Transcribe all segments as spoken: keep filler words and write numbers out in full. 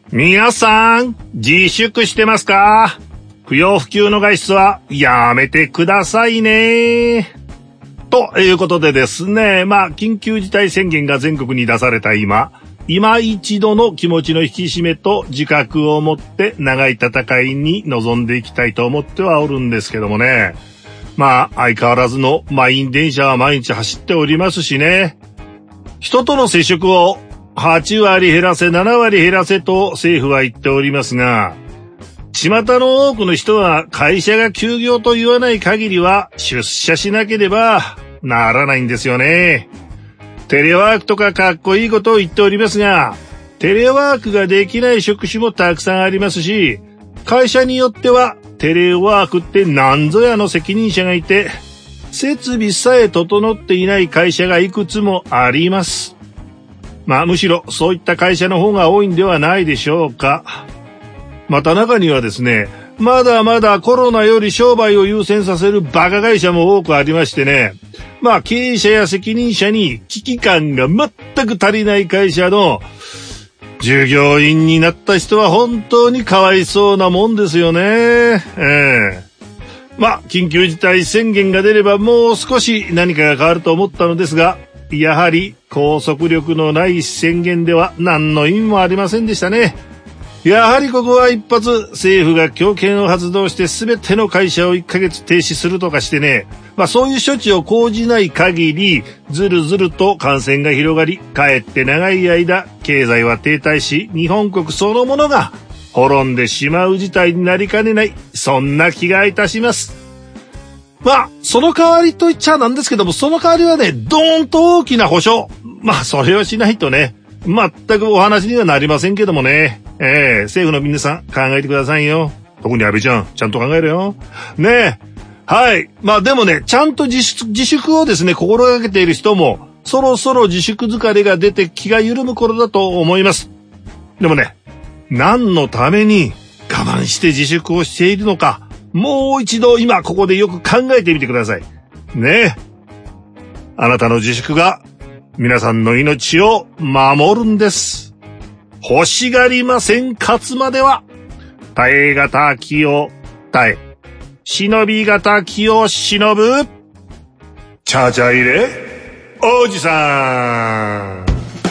皆さん、自粛してますか？不要不急の外出はやめてくださいね。ということでですね、まあ、緊急事態宣言が全国に出された今、今一度の気持ちの引き締めと自覚を持って長い戦いに臨んでいきたいと思ってはおるんですけどもね。まあ、相変わらずの満員電車は毎日走っておりますしね。人との接触をはちわり減らせ、ななわり減らせと政府は言っておりますが、巷の多くの人は会社が休業と言わない限りは出社しなければならないんですよね。テレワークとかかっこいいことを言っておりますが、テレワークができない職種もたくさんありますし、会社によってはテレワークって何ぞやの責任者がいて、設備さえ整っていない会社がいくつもあります。まあむしろそういった会社の方が多いんではないでしょうか。また中にはですね、まだまだコロナより商売を優先させるバカ会社も多くありましてね、まあ経営者や責任者に危機感が全く足りない会社の従業員になった人は本当にかわいそうなもんですよね。ええ。まあ緊急事態宣言が出ればもう少し何かが変わると思ったのですが、やはり拘束力のない宣言では何の意味もありませんでしたね。やはりここは一発政府が強権を発動して全ての会社をいっかげつ停止するとかしてね、まあそういう処置を講じない限りずるずると感染が広がり、かえって長い間経済は停滞し、日本国そのものが滅んでしまう事態になりかねない、そんな気がいたします。まあその代わりと言っちゃなんですけども、その代わりはね、ドーンと大きな保証、まあそれをしないとね、全くお話にはなりませんけどもね。ええ、政府の皆さん考えてくださいよ。特に安倍ちゃん、ちゃんと考えるよ。ねえ。はい。まあでもね、ちゃんと自粛、自粛をですね、心がけている人も、そろそろ自粛疲れが出て気が緩む頃だと思います。でもね、何のために我慢して自粛をしているのか、もう一度今ここでよく考えてみてください。ねえ。あなたの自粛が皆さんの命を守るんです。欲しがりません勝つまでは、耐え難きを耐え、忍び難きを忍ぶ、チャチャ入れ、おじさん。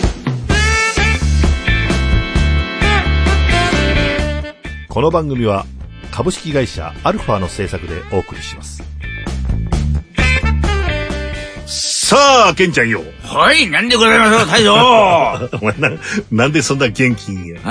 この番組は株式会社アルファの制作でお送りします。 さあ、ケンちゃんよ。 はい、なんでございましょう、大将。 お前な、なんでそんな元気にや。 はい、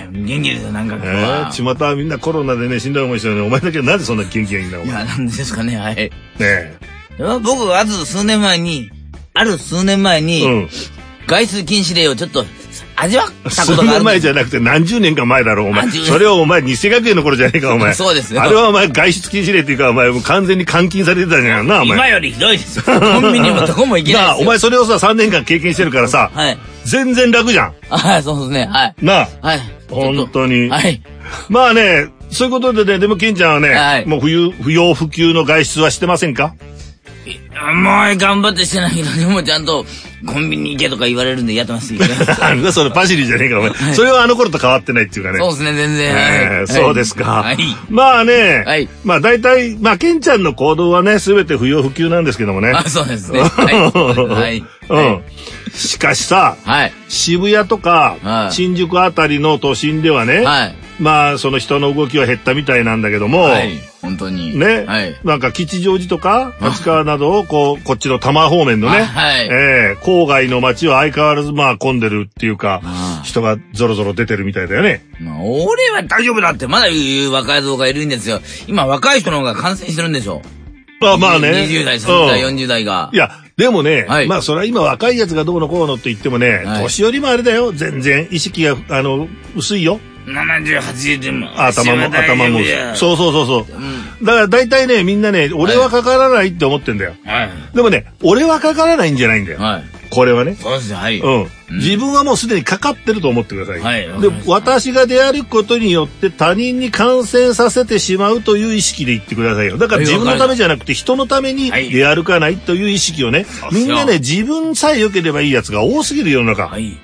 元気ですよ、なんか今日は。 えー、巷はみんなコロナでね、死んだ思いしてるのに、お前だけなんでそんな元気がいいんだ、お前。 いや、なんでですかね、はい。ねえ。 僕、あず数年前に、ある数年前に、うん、外出禁止令をちょっと、味わったことがある。数年前じゃなくて何十年か前だろう、お前。それはお前、日生学園の頃じゃねえか、お前。 そうですよ。 あれはお前、外出禁止令っていうか、お前、もう完全に監禁されてたじゃんな、お前。 今よりひどいですよ。コンビニもどこも行けないですよ。 なあ、お前それをさ、さんねんかん経験してるからさ、 はい。 全然楽じゃん。 はい、そうですね、はい。 なあ。 はい。 本当に。 はい。 まあね、そういうことでね、でもケンちゃんはね、 はい、 もう冬、不要不急の外出はしてませんか？ もう頑張ってしてないけど、でもちゃんとコンビニ行けとか言われるんでやってますよ。 なんだそれパシリじゃねえかお前、はい、それはあの頃と変わってないっていうかね。 そうですね、全然、 えーはい、そうですか、 はい、 まあね、 はい、 まあ大体まあケンちゃんの行動はね全て不要不急なんですけどもね。 あ、そうですね、はい、 うん、しかしさ、 はい、 渋谷とか、はい、新宿あたりの都心ではね、はい、まあその人の動きは減ったみたいなんだけども、はい、 本当にね、はい、なんか吉祥寺とか立川などをこうこっちの多摩方面のね、 はい、 えー、郊外の街は相変わらずまあ混んでるっていうか、人がゾロゾロ出てるみたいだよね。 まあ、俺は大丈夫だってまだ言う若い族がいるんですよ。今若い人の方が感染してるんでしょ。 あ、まあね。 にじゅう代、さんじゅう代、よんじゅう代が。 いや、でもね、 はい、 まあそれは今若いやつがどうのこうのって言ってもね、はい、年寄りもあれだよ。全然意識があの薄いよ。 ななじゅう、はちじゅうでも。 頭も、頭も。そうそうそうそう。うん、だから大体ね、みんなね、俺はかからないって思ってんだよ。はい、でもね、俺はかからないんじゃないんだよ。はい、これはね。 そうですね、はい。 うん。自分はもうすでにかかってると思ってください。 はい。 で、私が出歩くことによって他人に感染させてしまうという意識で言ってくださいよ。だから自分のためじゃなくて人のために出歩かないという意識をね、みんなね、自分さえ良ければいいやつが多すぎる世の中。はい。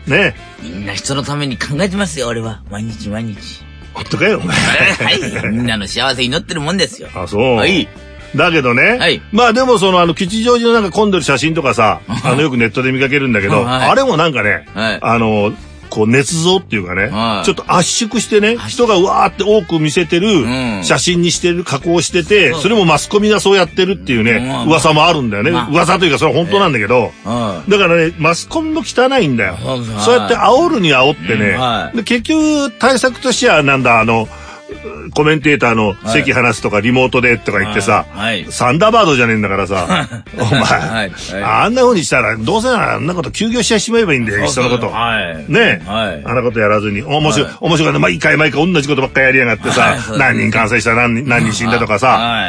ね。 みんな人のために考えてますよ、俺は。毎日毎日。 ほんとかよ、お前。 はい。みんなの幸せ祈ってるもんですよ。 あ、そう。 はい。 だけどね。はい。まあでもそのあの吉祥寺のなんか混んでる写真とかさ、あのよくネットで見かけるんだけど、はい、あれもなんかね、はい、あの、こう捏造っていうかね、はい、ちょっと圧縮してね、人がうわーって多く見せてる写真にしてる、加工してて、うん、それもマスコミがそうやってるっていうね、うん、噂もあるんだよね。まあ、噂というかそれは本当なんだけど、えー、だからね、マスコミも汚いんだよ。はい、そうやって煽るに煽ってね、はい、で結局対策としてはなんだ、あの、コメンテーターの席話すとかリモートでとか言ってさ、はいはい、サンダーバードじゃねえんだからさ、お前、はいはい、あんな風にしたらどうせならあんなこと休業しちゃしまえばいいんだよ、いっそのこと。はい、ねえ、はい、あんなことやらずに、面白い、はい、面白いから毎回毎回同じことばっかりやりやがってさ、はい、何人感染した何人、何人死んだとかさ、はい、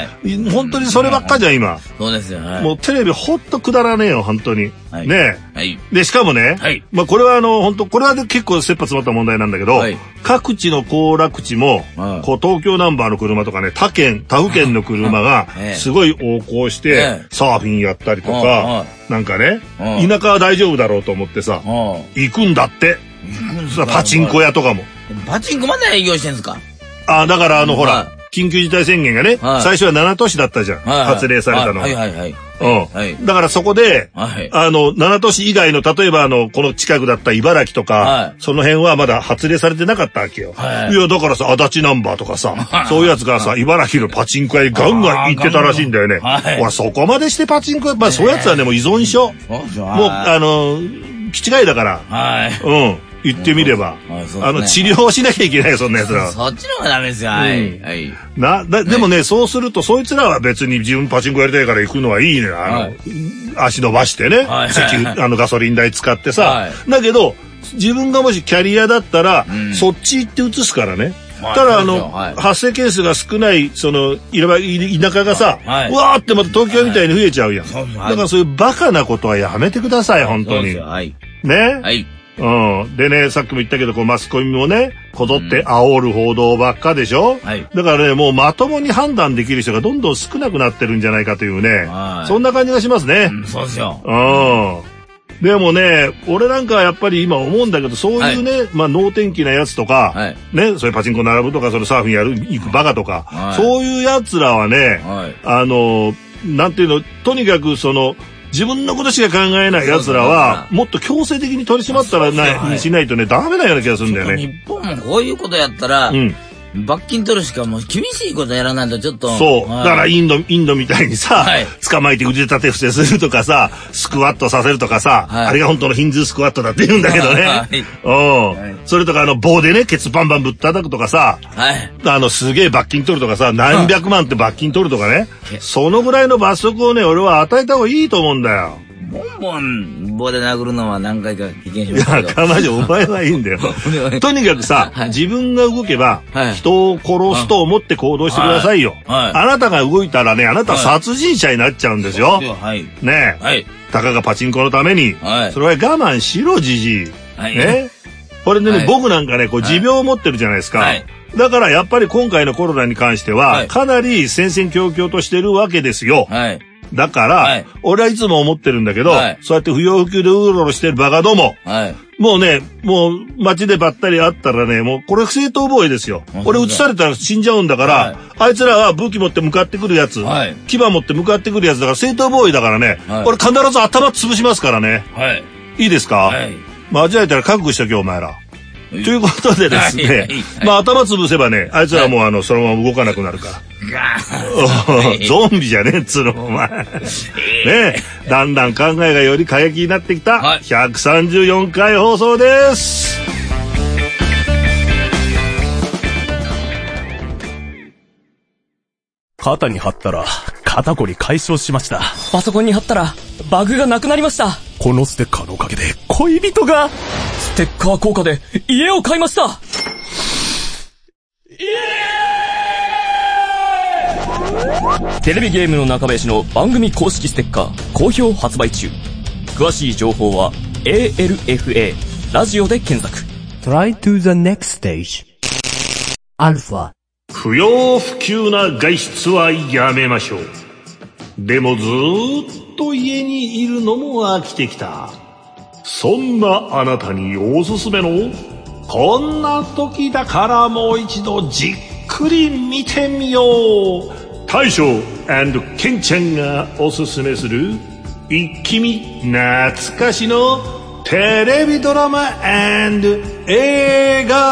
本当にそればっかじゃん今。 そうですよ、はい、 もうテレビほんとくだらねえよ、本当に。はい、ねえ、はい。で、しかもね、はい、まあこれはあの、本当これは結構切羽詰まった問題なんだけど、はい、各地の行楽地も、はい、こう東京ナンバーの車とかね、他県、他府県の車がすごい横行して、サーフィンやったりとか、なんかね、田舎は大丈夫だろうと思ってさ、行くんだって。パチンコ屋とかも。 パチンコまで営業してんすか？ あ、だからあの、ほら、緊急事態宣言がね、最初はなな都市だったじゃん。発令されたの。はいはいはい。うん。だからそこで、あの、なな都市以外の、例えばあの、この近くだった茨城とか、その辺はまだ発令されてなかったわけよ。いや、だからさ、足立ナンバーとかさ、そういうやつがさ、茨城のパチンコ屋にガンガン行ってたらしいんだよね。わ、そこまでしてパチンコ屋、まあそういうやつはね、もう依存症。もう、あの、気違いだから。うん。言ってみれば。あの、治療しなきゃいけないよ、そんな奴らは。 そっちの方がダメですよ。はい。はい。 な、だ、でもね、そうすると、そいつらは別に自分パチンコやりたいから行くのはいいね。あの、足伸ばしてね。石油、あの、ガソリン代使ってさ。だけど、自分がもしキャリアだったら、そっち行って移すからね。ただ、あの、発生件数が少ない、その、田舎がさ、うわーってまた東京みたいに増えちゃうやん。だからそういうバカなことはやめてください、本当に。ね。はい。うん。でね、さっきも言ったけど、こう、マスコミもね、こぞって煽る報道ばっかでしょ、うん、はい。だからね、もうまともに判断できる人がどんどん少なくなってるんじゃないかというね、そんな感じがしますね。 うん、そうですよ。 うん。でもね、俺なんかはやっぱり今思うんだけど、そういうね、はい、まあ、能天気なやつとか、はい、ね、そういうパチンコ並ぶとか、そのサーフィンやる、行くバカとか、はい、そういうやつらはね、はい、あの、なんていうの、とにかくその、自分のことしか考えない奴らは、もっと強制的に取り締まったらない、しないとね、ダメなような気がするんだよね。 日本もこういうことやったら、うん、罰金取るしかもう厳しいことやらないとちょっと。 そう。だからインド、インドみたいにさ、はい、捕まえて腕立て伏せするとかさ、スクワットさせるとかさ、はい、あれが本当のヒンズースクワットだって言うんだけどね。はい、うん、はい。それとかあの棒でね、ケツバンバンぶったたくとかさ、はい、あのすげえ罰金取るとかさ、何百万って罰金取るとかね、そのぐらいの罰則をね、俺は与えた方がいいと思うんだよ。 ボンボン棒で殴るのは何回か経験しましたけど。 いや、かまじお前はいいんだよ。とにかくさ、はい、自分が動けば、はい、人を殺すと思って行動してくださいよ。はいはい、あなたが動いたらね、あなたは殺人者になっちゃうんですよ。はい、ねえ、はい。たかがパチンコのために、はい、それは我慢しろ、じじい。はい、ね。これでね、はい、僕なんかね、こう持病を持ってるじゃないですか。はい、だからやっぱり今回のコロナに関しては、はい、かなり戦々恐々としてるわけですよ。はいだから、はい、俺はいつも思ってるんだけど、はい、そうやって不要不急でうろうろしてるバカども、はい、もうね、もう街でばったり会ったらね、もうこれ正当防衛ですよ。俺撃されたら死んじゃうんだから、はい、あいつらは武器持って向かってくるやつ、はい、牙持って向かってくるやつだから正当防衛だからね、はい、俺必ず頭潰しますからね。はい、いいですか、はい、間違えたら覚悟しとけお前ら。ということでですね、はいはいはい、まあ頭潰せばね、あいつらもうあの、そのまま動かなくなるから。ゾンビじゃねえっつうの、お前。ねえ、だんだん考えがより過激になってきた、ひゃくさんじゅうよんかい放送です。 肩に貼ったら、肩こり解消しました。 パソコンに貼ったら、バグがなくなりました。 このステッカーのおかげで、恋人が、 ステッカー効果で、家を買いました。イエーイ！テレビゲームの中林の番組公式ステッカー、好評発売中。詳しい情報は、エーエルエフエー、ラジオで検索。 Try to the next stage. アルファ。 不要不急な外出はやめましょう。でもずーっと家にいるのも飽きてきた。 そんなあなたにおすすめの、こんな時だからもう一度じっくり見てみよう。大将&ケンちゃんがおすすめする一気見懐かしのテレビドラマ&映画。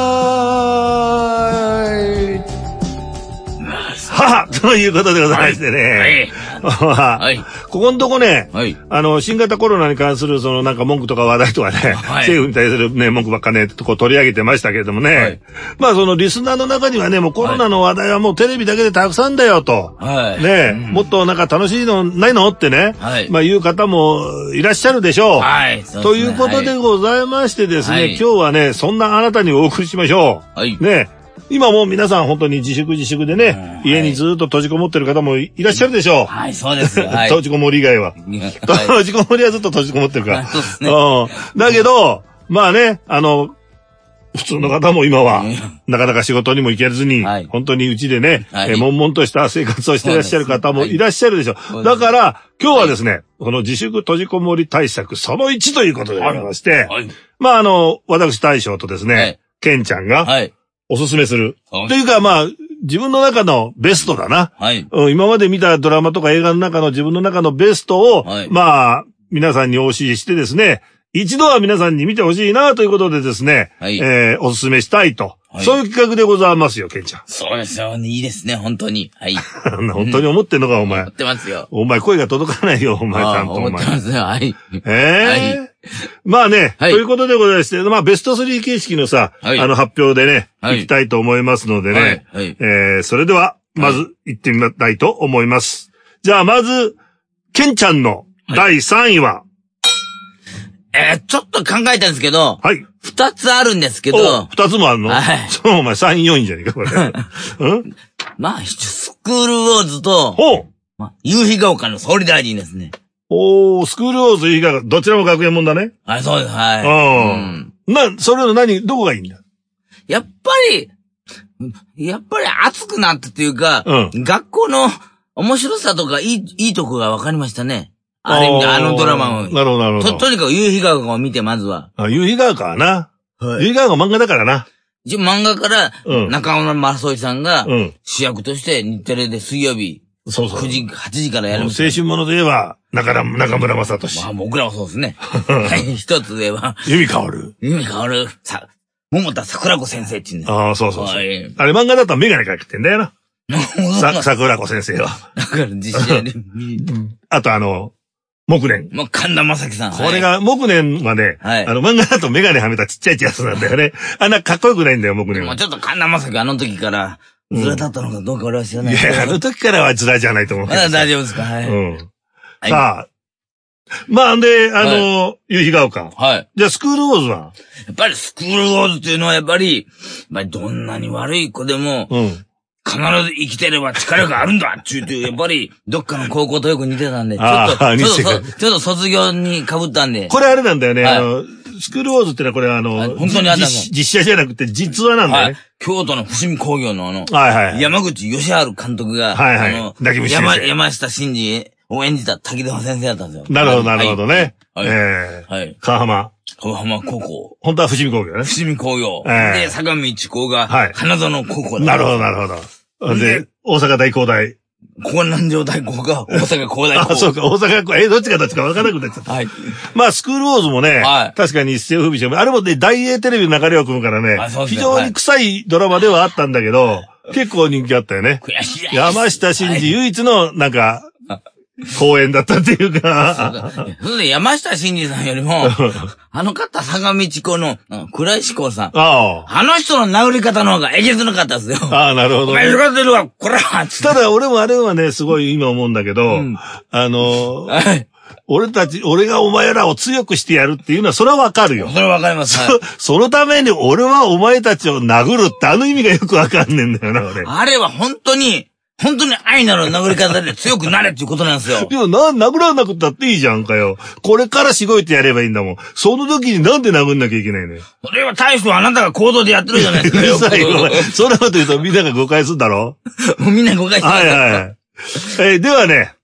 はぁということでございましてね。はい。はい、ここのとこね、はい、あの、新型コロナに関するそのなんか文句とか話題とかね、はい、政府に対するね、文句ばっかね、こう取り上げてましたけれどもね。はい、まあそのリスナーの中にはね、もうコロナの話題はもうテレビだけでたくさんだよと。はい、ね、うん、もっとなんか楽しいのないのってね、はい、まあ言う方もいらっしゃるでしょう。はい。そうですね、ということでございましてですね、はい、今日はね、そんなあなたにお送りしましょう。はい。ね。今もう皆さん本当に自粛自粛でね、うん、家にずっと閉じこもってる方もいらっしゃるでしょう。はい、そうですよ。はい、閉じこもり以外は。閉じこもりはずっと閉じこもってるから。そうですね。うん。だけど、まあね、あの、普通の方も今は、なかなか仕事にも行けずに、はい、本当に家でね、はい、え悶々とした生活をしていらっしゃる方もいらっしゃるでしょう。はい、だから、今日はですね、はい、この自粛閉じこもり対策そのいちということでございまして、はい、まああの、私大将とですね、はい、ケンちゃんが、はい、おすすめする。というか、まあ、自分の中のベストだな。はい。今まで見たドラマとか映画の中の自分の中のベストを、はい、まあ、皆さんにお教えしてですね、一度は皆さんに見てほしいなということでですね、はい、えー、おすすめしたいと。はい、そういう企画でございますよ、ケンちゃん。 そうですよ。いいですね、本当に。はい。 本当に思ってんのか、お前。 思ってますよ。 お前声が届かないよ、お前ちゃんと。 思ってますよ、はい。 ええー。はい、まあね、はい、ということでございまして、まあベストスリー形式のさ、はい、あの発表でね、はい、行きたいと思いますのでね、はいはい、えー、それでは、まず行ってみたいと思います。はい、じゃあまず、ケンちゃんのだいさんいは、はいえー、ちょっと考えたんですけど、はい。二つあるんですけど。 二つもあるの？はい。そう、お前さん、よんいじゃねえか、これ。うん？ まあ、スクールウォーズと、ほう。まあ、夕日が丘の総理大臣ですね。 おー、スクールウォーズ、夕日が丘、どちらも学園もんだね。 はい、そうです、はい。 うん。な、それの何、どこがいいんだ？ やっぱり、やっぱり熱くなったっていうか、うん、学校の面白さとかいい、いいとこが分かりましたね。あれ見て、あのドラマを。 なるほど、なるほど。 と、とにかく夕日が丘を見て、まずは。 あ、夕日が丘はな。はい。夕日が丘漫画だからな。 一応漫画から、中村正俊さんが、主役として日テレで水曜日、そうそう。くじ、はちじからやる。 青春ものといえば、中村、中村正俊。 まあ、僕らもそうですね。はい、一つでは。 由美かおる。 由美かおる。さ、桃田桜子先生って言うんです。 ああ、そうそうそう。はい。あれ漫画だったらメガネかけてんだよな。さ、桜子先生は。 だから実写で。 あとあの、木蓮。 もう神田正輝さん。 これが、木蓮はね、はい、あの、漫画だとメガネはめたちっちゃいやつなんだよね。あんなかっこよくないんだよ、木蓮は。 もうちょっと神田正輝あの時から、ずらだったのかどうか俺は知らない。 いや、あの時からはずらじゃないと思うけど。 まだ大丈夫ですか、はい。うん。 さあ、まあ、んで、あの、夕日が丘。はい。じゃあ、スクールウォーズはやっぱりスクールウォーズっていうのはやっぱり、やっぱりどんなに悪い子でも、うん。必ず生きてれば力があるんだって言うと、やっぱり、どっかの高校とよく似てたんで、ちょっと、ちょっと、ちょっと卒業に被ったんで。 これあれなんだよね、はい、あの、スクールウォーズってのはこれあの、はい、 本当にあったの実写じゃなくて実話なんだよね。はい、 京都の伏見工業のあの、はいはい、山口義治監督が、はいはい、あの、山、山下真司を演じた滝沢先生だったんですよ。 なるほど、なるほどね。はい、えー、はい。川浜。 川浜高校。 本当は伏見工業ね。 伏見工業。えー、で、相模一高が、はい、花園高校だった。 なるほど、なるほど。で、大阪大工大。 ここ南城大工が大阪工大工。 あ、そうか、大阪工、え、どっちかどっちか分からなくなっちゃった。はい。まあ、スクールウォーズもね、はい、確かに一世を風靡して、あれもね、大英テレビの流れを組むからね、非常に臭いドラマではあったんだけど、はい、結構人気あったよね。悔しい。山下真司唯一の、なんか、公演だったっていうか。 それで山下真司さんよりも、あの方、相模地高の、倉石光さん。ああ。あの人の殴り方の方がえげつなかったですよ。 ああ、なるほど、ね。 お前怒ってるわ、こらただ、俺もあれはね、すごい今思うんだけど、うん、あの、はい、俺たち、俺がお前らを強くしてやるっていうのは、それはわかるよ。 それはわかります。 はい、そ, そのために俺はお前たちを殴るってあの意味がよくわかんねえんだよな、俺。 あれは本当に、本当に愛なる殴り方で強くなれっていうことなんですよ。 いや、な、殴らなくたっていいじゃんかよ。これからしごいてやればいいんだもん。その時になんで殴んなきゃいけないのよ。 それは大将あなたが行動でやってるじゃないですか。 うるさいよ、お前。そんなこと言うとみんなが誤解するんだろもうみんな誤解するんだろ。 はいはい。えー、ではね、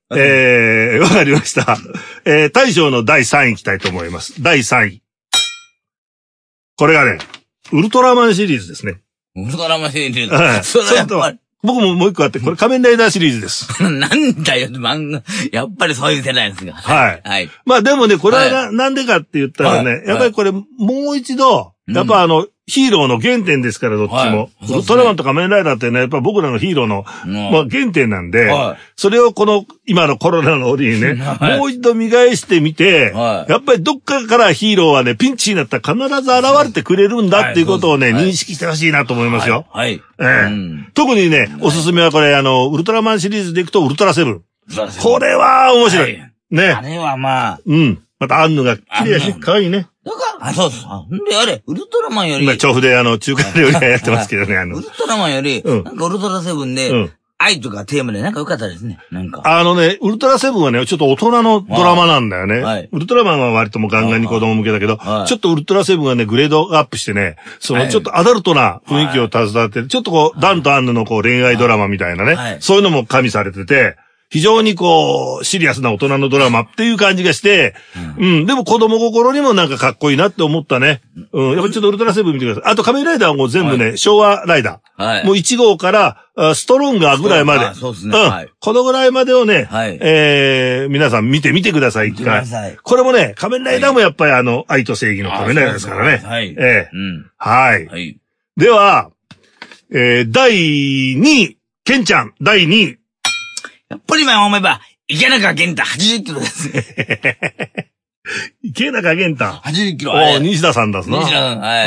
えー、わかりました。えー、大将のだいさんいいきたいと思います。だいさんい。これがね、ウルトラマンシリーズですね。 ウルトラマンシリーズ。 はい。それやっぱり。僕ももう一個あって、これ仮面ライダーシリーズです。 なんだよ、漫画。やっぱりそういう世代ですが。 はい。 はい。 まあでもね、これはな、はい、なんでかって言ったらね、はい、やっぱりこれもう一度、やっぱあの、うん、ヒーローの原点ですから、どっちも。はい、ウルトラマンと仮面ライダーってね、やっぱ僕らのヒーローの、うん、まあ原点なんで、はい、それをこの、今のコロナの折にね、はい、もう一度見返してみて、はい、やっぱりどっかからヒーローはね、ピンチになったら必ず現れてくれるんだっていうことをね、はい、認識してほしいなと思いますよ。 はい。 はい、ええうん、特にね、おすすめはこれ、あの、ウルトラマンシリーズでいくと、ウルトラセブン。これは面白い。はい、ね。 あれはまあ。 うん。またアンヌが綺麗やし、可愛いね。 だから、あ、そうそう。ほんで、あれ、ウルトラマンより。 今、調布であの、中華料理屋やってますけどね、あの。 ウルトラマンより、うん、なんかウルトラセブンで、うん、愛とかテーマでなんか良かったですね。なんか。 あのね、ウルトラセブンはね、ちょっと大人のドラマなんだよね。はい、ウルトラマンは割ともうガンガンに子供向けだけど、はい、ちょっとウルトラセブンはね、グレードアップしてね、そのちょっとアダルトな雰囲気を携わってる、ちょっとこう、ダンとアンヌのこう恋愛ドラマみたいなね、はい、そういうのも加味されてて、非常にこう、シリアスな大人のドラマっていう感じがして、うん、うん。でも子供心にもなんかかっこいいなって思ったね。うん。やっぱりちょっとウルトラセブン見てください。あと仮面ライダーはもう全部ね、はい、昭和ライダー。はい。もういち号からストロンガーぐらいまで。 そうですね。うん。はい、 このぐらいまでをね、はい。えー、皆さん見てみてください。見てください。これもね、仮面ライダーもやっぱりあの、愛と正義の仮面ライダーですからね。はい。ええー。うん。はい。はい。では、えー、だいにい、ケンちゃん、だいにい。 やっぱり今思えば、池中健太はちじゅっキロですね。 池中健太。 はちじゅっキロ。 お西田さんだすな。 西田さん、はい。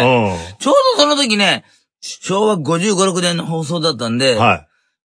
ちょうどその時ね、しょうわごじゅうご、ろくねんの放送だったんで、はい。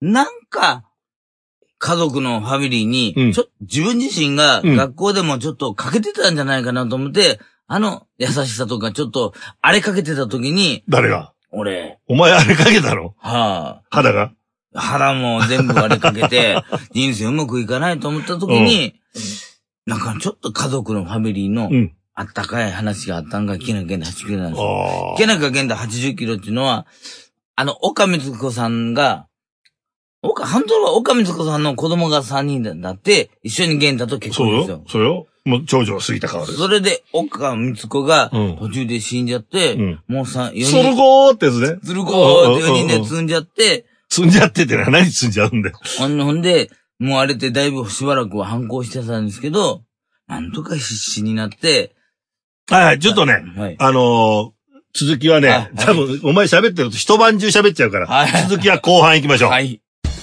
なんか、家族のファミリーに、うん、ちょっと自分自身が学校でもちょっと欠けてたんじゃないかなと思って、うん、あの優しさとかちょっと荒れかけてた時に。 誰が俺。 お前荒れかけたの？ はあ。肌が腹も全部割れかけて、人生うまくいかないと思った時に、うん、なんかちょっと家族のファミリーの、あったかい話があったんが、池中健太はちじゅっキロなんですよ。池中健太はちじゅっキロっていうのは、あの、岡光子さんが、岡、本当は岡光子さんの子供がさんにんだって、一緒に健太と結婚ですよ。 そうよ。そうよ。もう長女は杉田川です。 それで、岡光子が、途中で死んじゃって、うん、もうさん、よにん。 そるごーってやつね。 そるごーってよにんで積んじゃって、 積んじゃってって何積んじゃうんだよ。 ほんで、もうあれってだいぶしばらくは反抗してたんですけど、なんとか必死になって、 はい、ちょっとね、はい、あのー、続きはね、はい、多分、お前喋ってると一晩中喋っちゃうから、はい、続きは後半行きましょう。はい。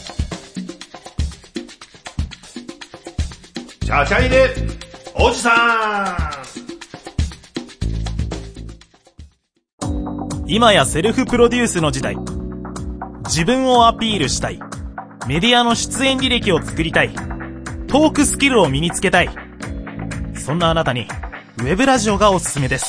チャチャイで、おじさん。今やセルフプロデュースの時代。自分をアピールしたい。メディアの出演履歴を作りたい。トークスキルを身につけたい。そんなあなたに、ウェブラジオがおすすめです。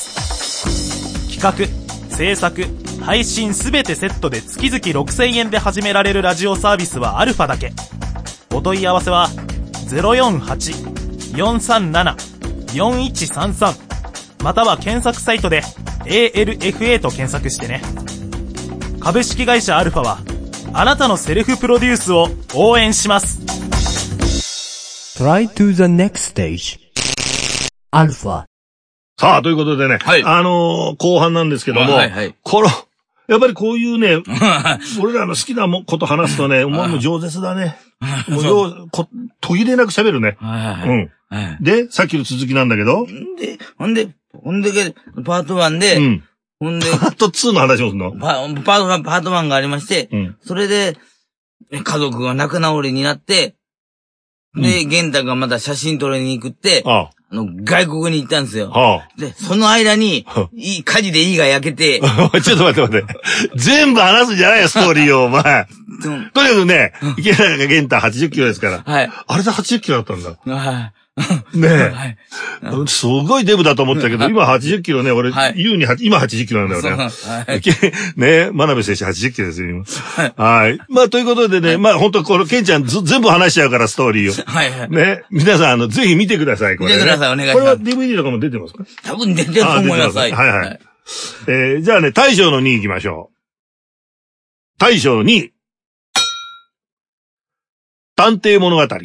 企画、制作、配信すべてセットで月々ろくせんえんで始められるラジオサービスはアルファだけ。お問い合わせは ゼロよんはち よんさんなな よんいちさんさん または検索サイトで エーエルエフエー と検索してね。株式会社アルファはあなたのセルフプロデュースを応援します。 Try to the next stage アルファ。 さあ、ということでね、はい、あのー、後半なんですけども、はいはい、この、やっぱりこういうね、俺らの好きなこと話すとね、お前も饒舌だね。もうよう、こ、途切れなく喋るね。はいはいうんはい、で、さっきの続きなんだけど。 で、ほんで、ほんで、パートワンで、うん、ほんで、 パートツーの話もすんのパパートワン、パートワンがありまして、うん、それで、家族が仲直りになって、で、玄太がまた写真撮りに行くって、あああの、外国に行ったんですよ。はあ、で、その間に、いい、火事でいいが焼けて。 ちょっと待って待って。全部話すんじゃないよ、ストーリーを、お前。とにかくね、池中玄太はちじゅっキロですから。はい。あれではちじゅっキロだったんだ。はい。ねえ。はい。すごいデブだと思ったけど、今はちじゅっキロね、俺、はい、言うに、今はちじゅっキロなんだよね。はい。ねえ、真鍋選手はちじゅっキロですよ、今。はい。はい。まあ、ということでね、はい、まあ、本当この、ケンちゃんず全部話しちゃうから、ストーリーを。はいはい。ね。皆さん、あの、ぜひ見てください、これ、ね。 見てください、お願いします。 これは ディーブイディー とかも出てますか？ 多分出てると思います。はいはい。はい、えー、じゃあね、大将のに行きましょう。大将のに。探偵物語。 探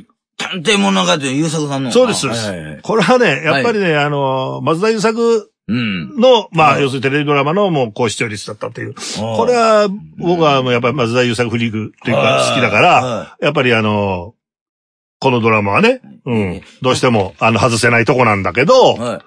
探偵物語の優作さんの。 そうです。 はいはいはい、これはね、やっぱりね、はい、あの、松田優作の、うん、まあ、はい、要するにテレビドラマのもう高視聴率だったっていう。これは、僕はもうやっぱり松田優作フリークというか好きだから、はい、やっぱりあの、このドラマはね、うん、どうしても、あの、外せないとこなんだけど、はい、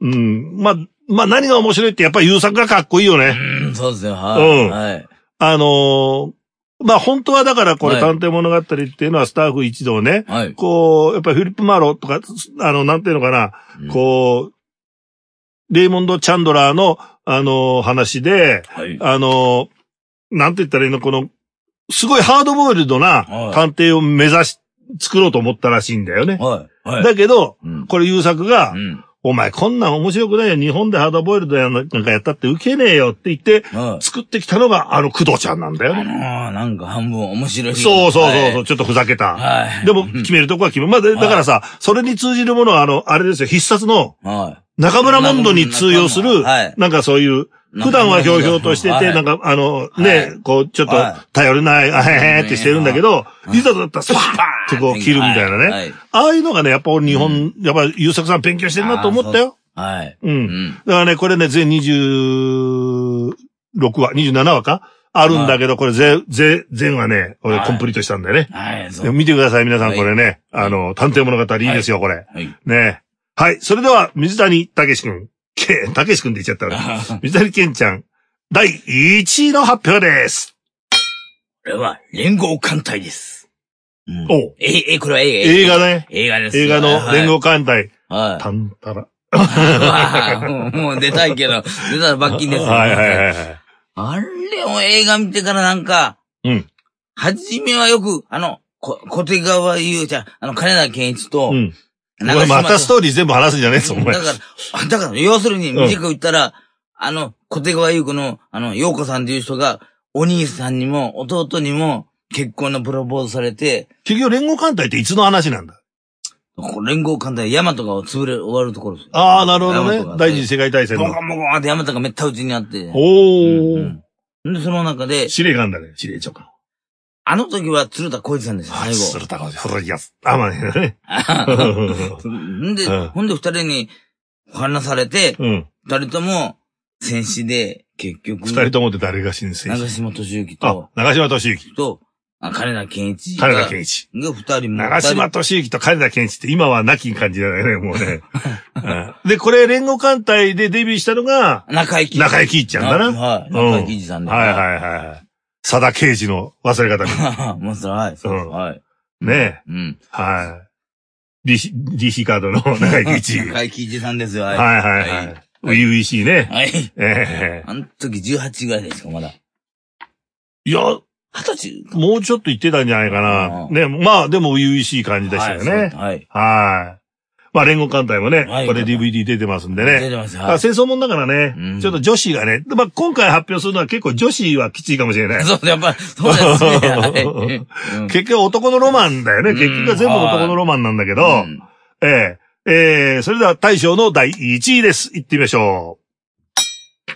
うん、まあ、まあ何が面白いってやっぱり優作がかっこいいよね。 うん、そうですよ、はい。うん。はい、 あのー、まあ本当はだからこれ探偵物語っていうのはスタッフ一同ね、はい、こう、やっぱりフィリップ・マーロとか、あの、なんていうのかな、うん、こう、レイモンド・チャンドラーの、あのー、話で、はい、あのー、なんて言ったらいいの、この、すごいハードボイルドな探偵を目指し、作ろうと思ったらしいんだよね。はいはい、だけど、うん、これ優作が、うん、お前こんなん面白くないよ。日本でハードボイルドやなんかやったって受けねえよって言って、はい、作ってきたのがあの工藤ちゃんなんだよね。 ああ、なんか半分面白い。 そうそうそうそう、はい、ちょっとふざけた。はい、でも決めるとこは決める。まあ、だからさ、はい、それに通じるものはあの、あれですよ、必殺の、中村モンドに通用する、はい、なんかそういう、普段はひょうひょうとしてて、はい、なんか、あの、ね、はい、こう、ちょっと、頼りない、あへへってしてるんだけど、はい、いざだったら、スパーンってこう、切るみたいなね。はい、ああいうのがね、やっぱ日本、うん、やっぱ優作さん勉強してるなと思ったよ。はい。うん。うん、だからね、これね、全にじゅうろくわ、にじゅうななわかあるんだけど、これ全、全、全はね、俺コンプリートしたんだよね。はい。そう見てください、皆さん、これね。はい、あの、探偵物語いいですよ、これ。はい。ね。はい。それでは、水谷武史くん。け、たけしくんって言っちゃった。水谷健ちゃん、だいいちいの発表です。 これは、連合艦隊です。 うん、おえ、え、これは映画。 映画ね。 映画です。 映画の連合艦隊。はい。タンタラ。 もう出たいけど、出たら罰金です、ね。 はいはいはいはい。 あれを映画見てからなんか、うん。はじめはよく、あの、こ、小手川優ちゃん、あの、金田健一と、うん。 またストーリー全部話すんじゃねえぞ、お前。 だから、だから、要するに、短く言ったら、うん、あの、小手川優子の、あの、陽子さんっていう人が、お兄さんにも、弟にも、結婚のプロポーズされて。 結局、連合艦隊っていつの話なんだ？ 連合艦隊、ヤマトが潰れ、終わるところですよ。 ああ、なるほどね。第二次世界大戦の。 ボコボコってヤマトがめった打ちにあって。 おー。うんうん、で、その中で。 司令官だね、司令長官。 あの時は鶴田浩二さんですよ、最後。 鶴田浩二、古いやつ。あ、まあね。 んで、うん、ほんで二人に話されて、うん、二人とも戦死で、結局。 二人ともって誰が死んで長島敏之と。 長島敏之。 と、あ、金田健一。 金田健一。 が二人も。 長島敏之と金田健一って今は亡き感じだよね、もうね。うん、で、これ連合艦隊でデビューしたのが、 中井貴一。 中井貴一ちゃんだな。 はい。中井貴一さんで。 はいはいはい。佐田啓二の忘れ方に。 もうそれはい。そうです。はい。 ねえ。うん。はい。ディーシー、ディーシー カードの中井貴一。 中井貴一さんですよ。はいはいはい。初々しいね。 はい。ええ。あの時じゅうはちぐらいですか、まだ。 いや、 二十歳もうちょっと言ってたんじゃないかな。ね、まあでも初々しい感じでしたよね。はい。はい。まあ連合艦隊もね、これ ディーブイディー 出てますんでね。 出てます。はい。 戦争もんだからね、ちょっと女子がね、まあ今回発表するのは結構女子はきついかもしれない。 そう、やっぱり、そうですね。 結局男のロマンだよね。結局は全部男のロマンなんだけど、ええ、ええ、それでは大賞のだいいちいです。いってみましょう。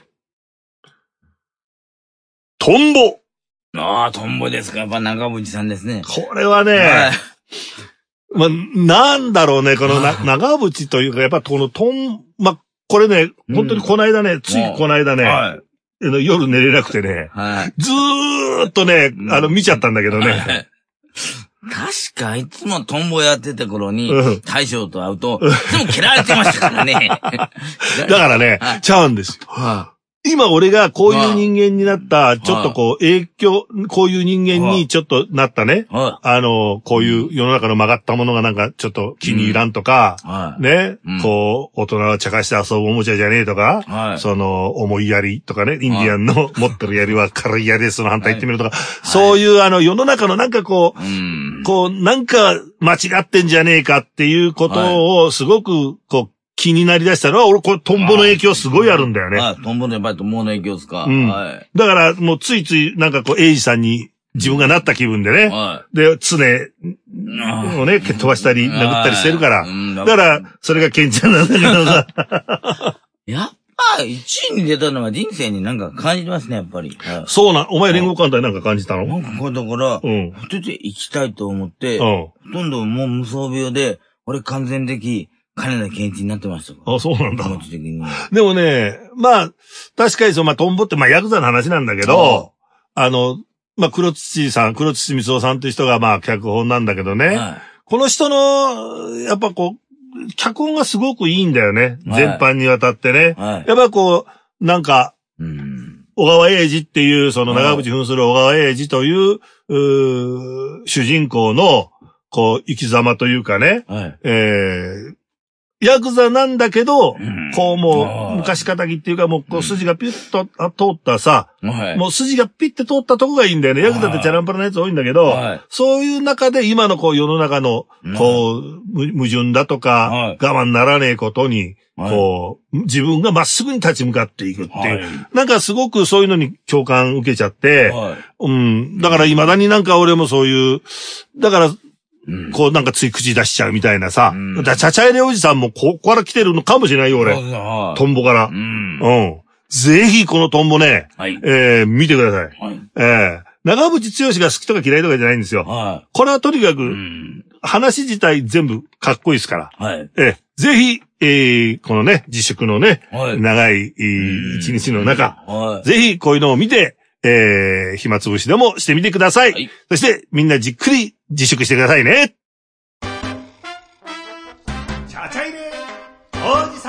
トンボ。 ああ、トンボですか。やっぱ中渕さんですね。 これはね、はい、まあ、なんだろうね、このな、長渕というか、やっぱこのトン、まあ、これね、本当にこの間ね、うん、ついこの間ね、はい、夜寝れなくてね、はい、ずーっとね、あの、見ちゃったんだけどね。はい、 確か、いつもトンボやってた頃に、うん、大将と会うと、いつも蹴られてましたからね。 だからね、はい、ちゃうんですよ。はい、今俺がこういう人間になった、ちょっとこう影響、こういう人間にちょっとなったね。あの、こういう世の中の曲がったものがなんかちょっと気に入らんとか、ね、こう、大人は茶化して遊ぶおもちゃじゃねえとか、その、思いやりとかね、インディアンの持ってるやりは軽いやりですの反対言ってみるとか、そういうあの世の中のなんかこう、こう、なんか間違ってんじゃねえかっていうことをすごくこう、気になりだしたのは、俺、これ、トンボの影響すごいあるんだよね。 ああ、トンボのやっぱりトンボの影響ですか。うん。はい。 だから、もうついつい、なんかこう、エイジさんに自分がなった気分でね。はい。で、常をね、蹴っ飛ばしたり、殴ったりしてるから。だから、それがケンちゃんなんだけどさ。 やっあ、いちいに出たのは人生になんか感じてますね、やっぱり。はい、 そうな、お前連合艦隊なんか感じたの？ なんかこれだから、うん。出て行きたいと思って、うん。ほとんどもう無双病で、俺完全的、金田健一になってました。 あ、そうなんだ。 気持ち的に。 でもね、まあ、確かにそう、まあ、トンボって、まあ、ヤクザの話なんだけど、あの、まあ、黒土さん、黒土光夫さんっていう人が、まあ、脚本なんだけどね。はい、この人の、やっぱこう、脚本がすごくいいんだよね。はい、全般にわたってね。はい、やっぱこう、なんか、うん、小川英二っていう、その長渕扮する小川英二という、う主人公の、こう、生き様というかね。はい、えーヤクザなんだけど、うん、こうもう、昔仇っていうかもう、こう筋がピュッと通ったさ、はい、もう筋がピッて通ったとこがいいんだよね。ヤクザってチャランパラなやつ多いんだけど、はい、そういう中で今のこう世の中の、こう、矛盾だとか、はい、我慢ならねえことに、こう、自分がまっすぐに立ち向かっていくっていう、はい、なんかすごくそういうのに共感受けちゃって、はい、うん、だから未だになんか俺もそういう、だから、うん、こうなんかつい口出しちゃうみたいなさ。うん、だチャチャイレおじさんもここから来てるのかもしれないよ、俺。トンボから。うん。うん。ぜひこのトンボね、はい、えー、見てください。はい、えー、長渕剛が好きとか嫌いとかじゃないんですよ。はい、これはとにかく、うん、話自体全部かっこいいですから。はい、えー、ぜひ、えー、このね、自粛のね、はい、長い、えー、一日の中、はい、ぜひこういうのを見て、えー、暇つぶしでもしてみてください。はい、そして、みんなじっくり自粛してくださいね。チャチャイレおじさ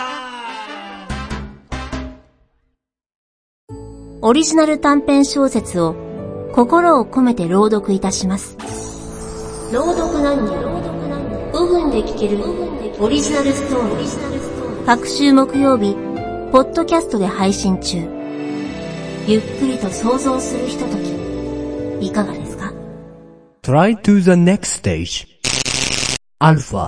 ん。オリジナル短編小説を心を込めて朗読いたします。朗読何人ごふんで聞けるオリジナルストーリー。各週木曜日、ポッドキャストで配信中。ゆっくりと想像するひととき、いかがですか？ Try to the next stage. アルファ。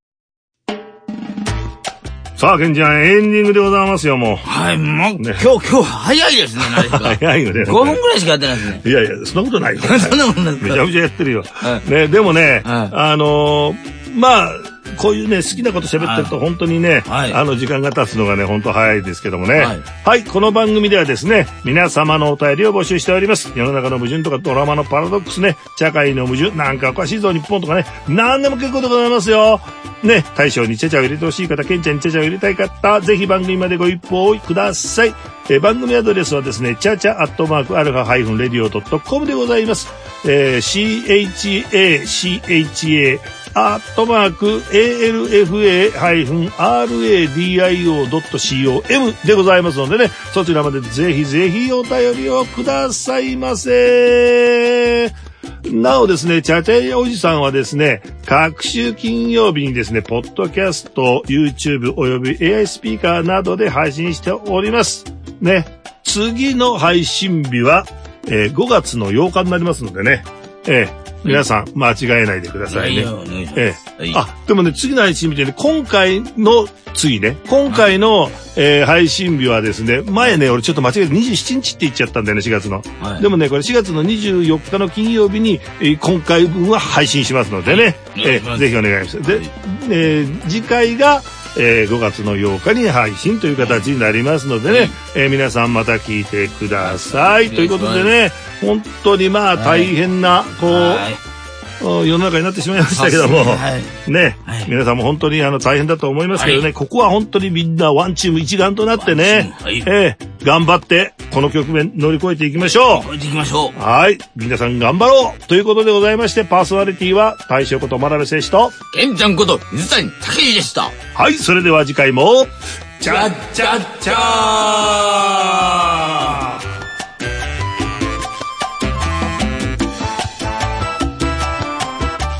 さあ、ケンちゃん、エンディングでございますよ、もう。 はい、もう、ね、今日、今日早いですね、何か。 早いよね。 ごふんくらいしかやってないですね。 いやいや、そんなことないよ。 そんなことないです。 めちゃめちゃやってるよ。はい、ね、でもね、はい、あのー、まあ、こういうね、好きなこと喋ってると本当にね、はい、あの時間が経つのがね、本当早いですけどもね。はい、はい、この番組ではですね、皆様のお便りを募集しております。世の中の矛盾とかドラマのパラドックスね、社会の矛盾、なんかおかしいぞ日本とかね、何でも結構でございますよ。ね、大将にチャチャを入れてほしい方、ケンちゃんにチャチャを入れたい方、ぜひ番組までご一報ください。えー、番組アドレスはですね、チャチャアットマークアルファハイフンレディオドットコムでございます。えー、シーエイチエーシーエイチエーアットマーク エーエルエフエーハイフンアールエーディーアイオードットシーオーエム でございますのでね、そちらまでぜひぜひお便りをくださいませ。なおですね、チャチャイおじさんはですね、各週金曜日にですね、ポッドキャスト、YouTube および エーアイ スピーカーなどで配信しております。ね、次の配信日は、えー、ごがつのようかになりますのでね、えー皆さん、間違えないでくださいね。ええ。あ、でもね、次の配信見てね、今回の次ね、今回の、えー、配信日はですね、前ね、俺ちょっと間違えてにじゅうしちにちって言っちゃったんだよね、しがつの。はい、でもね、これしがつのにじゅうよっかの金曜日に、えー、今回分は配信しますのでね、はい、えー、ぜひお願いします。で、えー、次回が、えー、ごがつのようかに配信という形になりますのでね、はい、えー、皆さんまた聞いてください。ということでね、本当にまあ大変な、はい、こう、はい世の中になってしまいましたけども、はい、ね、はい、皆さんも本当にあの大変だと思いますけどね、はい、ここは本当にみんなワンチーム一丸となってね、はい、えー、頑張ってこの局面乗り越えていきましょう。 乗り越えていきましょう。 はい、皆さん頑張ろうということでございまして、パーソナリティは大将こと真鍋誠司とケンちゃんこと水谷武史でした。 はい、それでは次回もチャッチャッチャー。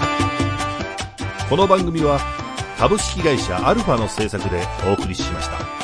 この番組は株式会社アルファの制作でお送りしました。